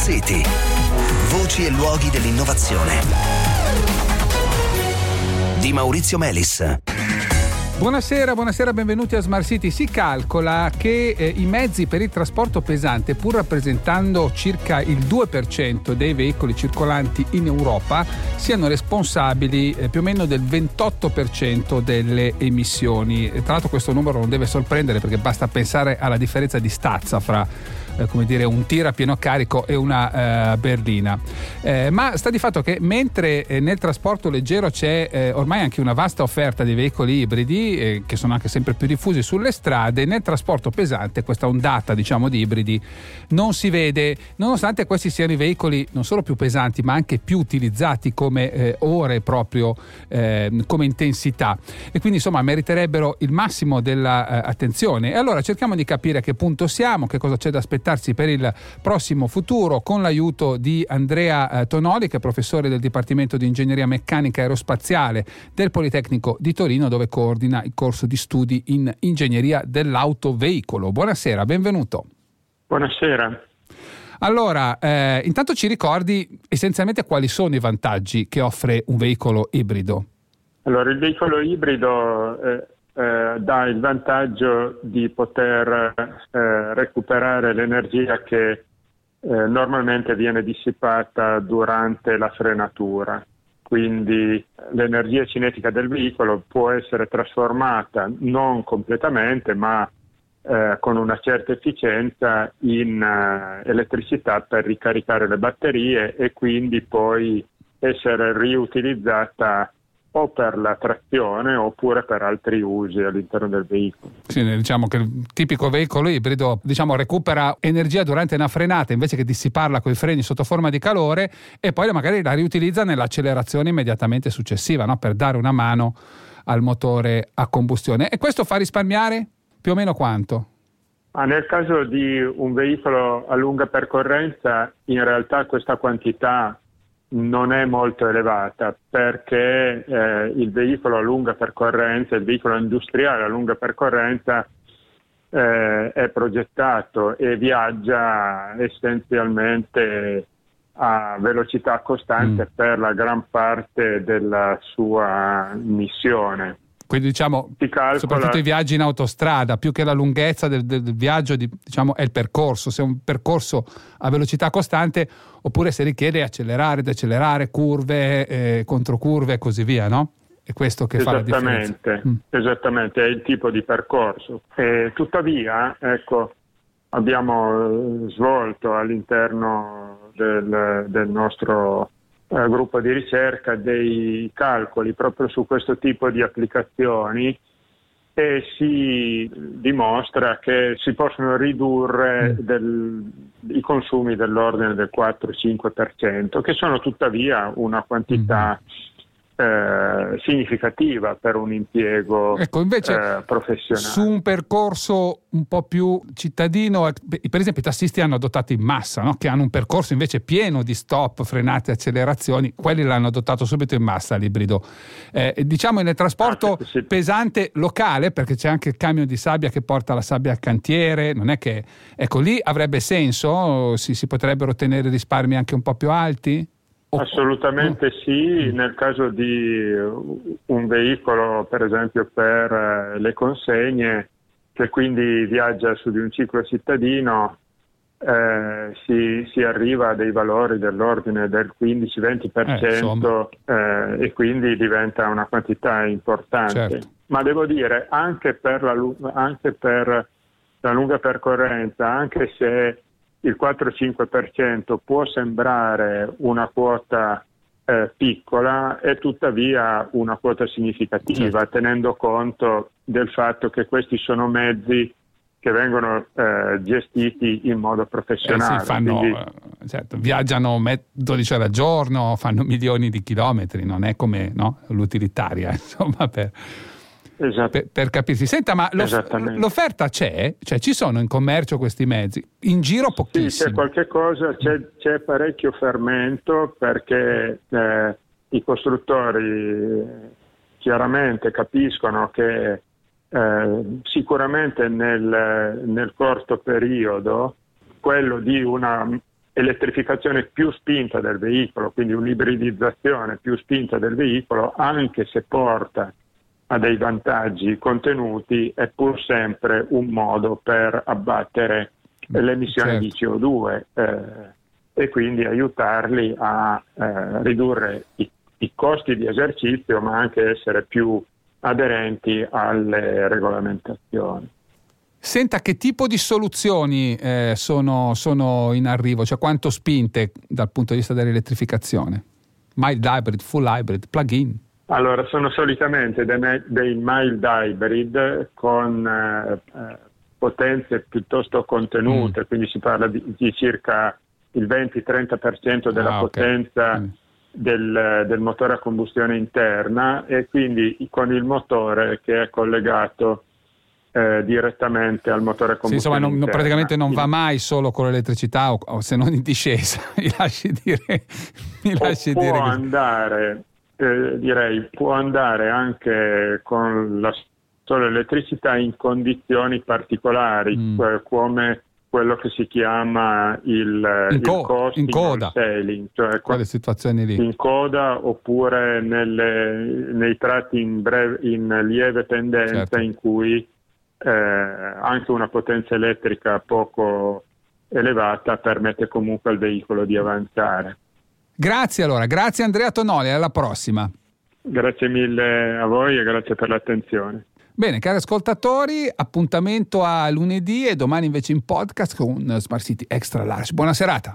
City. Voci e luoghi dell'innovazione. Di Maurizio Melis. Buonasera, benvenuti a Smart City. Si calcola che i mezzi per il trasporto pesante, pur rappresentando circa il 2% dei veicoli circolanti in Europa, siano responsabili più o meno del 28% delle emissioni. Tra l'altro questo numero non deve sorprendere, perché basta pensare alla differenza di stazza fra un tir a pieno carico e una berlina. Ma sta di fatto che mentre nel trasporto leggero c'è ormai anche una vasta offerta di veicoli ibridi, che sono anche sempre più diffusi sulle strade, nel trasporto pesante questa ondata di ibridi non si vede, nonostante questi siano i veicoli non solo più pesanti ma anche più utilizzati come ore proprio, come intensità, e quindi meriterebbero il massimo della attenzione. E allora cerchiamo di capire a che punto siamo, che cosa c'è da aspettarsi per il prossimo futuro, con l'aiuto di Andrea Tonoli, che è professore del Dipartimento di Ingegneria Meccanica Aerospaziale del Politecnico di Torino, dove coordina il corso di studi in ingegneria dell'autoveicolo. Buonasera, benvenuto. Buonasera. Allora, intanto ci ricordi essenzialmente quali sono i vantaggi che offre un veicolo ibrido? Allora, il veicolo ibrido dà il vantaggio di poter recuperare l'energia che normalmente viene dissipata durante la frenatura. Quindi l'energia cinetica del veicolo può essere trasformata non completamente, ma con una certa efficienza in elettricità per ricaricare le batterie, e quindi poi essere riutilizzata o per la trazione oppure per altri usi all'interno del veicolo. Sì, diciamo che il tipico veicolo ibrido recupera energia durante una frenata invece che dissiparla con i freni sotto forma di calore, e poi magari la riutilizza nell'accelerazione immediatamente successiva, no? Per dare una mano al motore a combustione. E questo fa risparmiare più o meno quanto? Nel caso di un veicolo a lunga percorrenza, in realtà questa quantità non è molto elevata, perché il veicolo a lunga percorrenza, il veicolo industriale a lunga percorrenza è progettato e viaggia essenzialmente a velocità costante per la gran parte della sua missione. Quindi soprattutto i viaggi in autostrada, più che la lunghezza del viaggio, è il percorso, se è un percorso a velocità costante, oppure se richiede accelerare, decelerare, curve, controcurve e così via, no? È questo che fa la differenza. Esattamente, è il tipo di percorso. Tuttavia, abbiamo svolto all'interno del nostro gruppo di ricerca dei calcoli proprio su questo tipo di applicazioni, e si dimostra che si possono ridurre i consumi dell'ordine del 4-5%, che sono tuttavia una quantità significativa per un impiego professionale. Su un percorso un po' più cittadino, per esempio i tassisti hanno adottato in massa, no? Che hanno un percorso invece pieno di stop, frenate, accelerazioni, quelli l'hanno adottato subito in massa l'ibrido. Nel trasporto pesante locale, perché c'è anche il camion di sabbia che porta la sabbia al cantiere, non è che lì avrebbe senso, si potrebbero ottenere risparmi anche un po' più alti? Assolutamente sì, nel caso di un veicolo per esempio per le consegne, che quindi viaggia su di un ciclo cittadino, si arriva a dei valori dell'ordine del 15-20%, e quindi diventa una quantità importante. Certo. Ma devo dire, anche per la lunga percorrenza, anche se il 4-5% può sembrare una quota piccola, è tuttavia una quota significativa, certo, tenendo conto del fatto che questi sono mezzi che vengono gestiti in modo professionale. Viaggiano 12 ore al giorno, fanno milioni di chilometri, non è come l'utilitaria, per capirsi. Senta, ma l'offerta c'è? Cioè ci sono in commercio questi mezzi? In giro pochissimi. Sì, c'è qualche cosa, c'è parecchio fermento, perché i costruttori chiaramente capiscono che sicuramente nel corto periodo quello di una elettrificazione più spinta del veicolo, quindi un'ibridizzazione più spinta del veicolo, anche se porta a dei vantaggi contenuti, è pur sempre un modo per abbattere le emissioni di CO2 e quindi aiutarli a ridurre i costi di esercizio, ma anche essere più aderenti alle regolamentazioni. Senta, che tipo di soluzioni sono in arrivo? Cioè quanto spinte dal punto di vista dell'elettrificazione? Mild hybrid, full hybrid, plug-in? Allora, sono solitamente dei mild hybrid con potenze piuttosto contenute, quindi si parla di circa il 20-30% della potenza del motore a combustione interna, e quindi con il motore che è collegato direttamente al motore a combustione interna. Praticamente non va mai solo con l'elettricità o se non in discesa, mi lasci dire può andare, può andare anche con la sola elettricità in condizioni particolari, come quello che si chiama il coda sailing, cioè quelle situazioni lì in coda, oppure nei tratti in lieve pendenza, certo, in cui anche una potenza elettrica poco elevata permette comunque al veicolo di avanzare. Grazie Andrea Tonoli, alla prossima. Grazie mille a voi e grazie per l'attenzione. Bene, cari ascoltatori, appuntamento a lunedì e domani invece in podcast con Smart City Extra Large. Buona serata.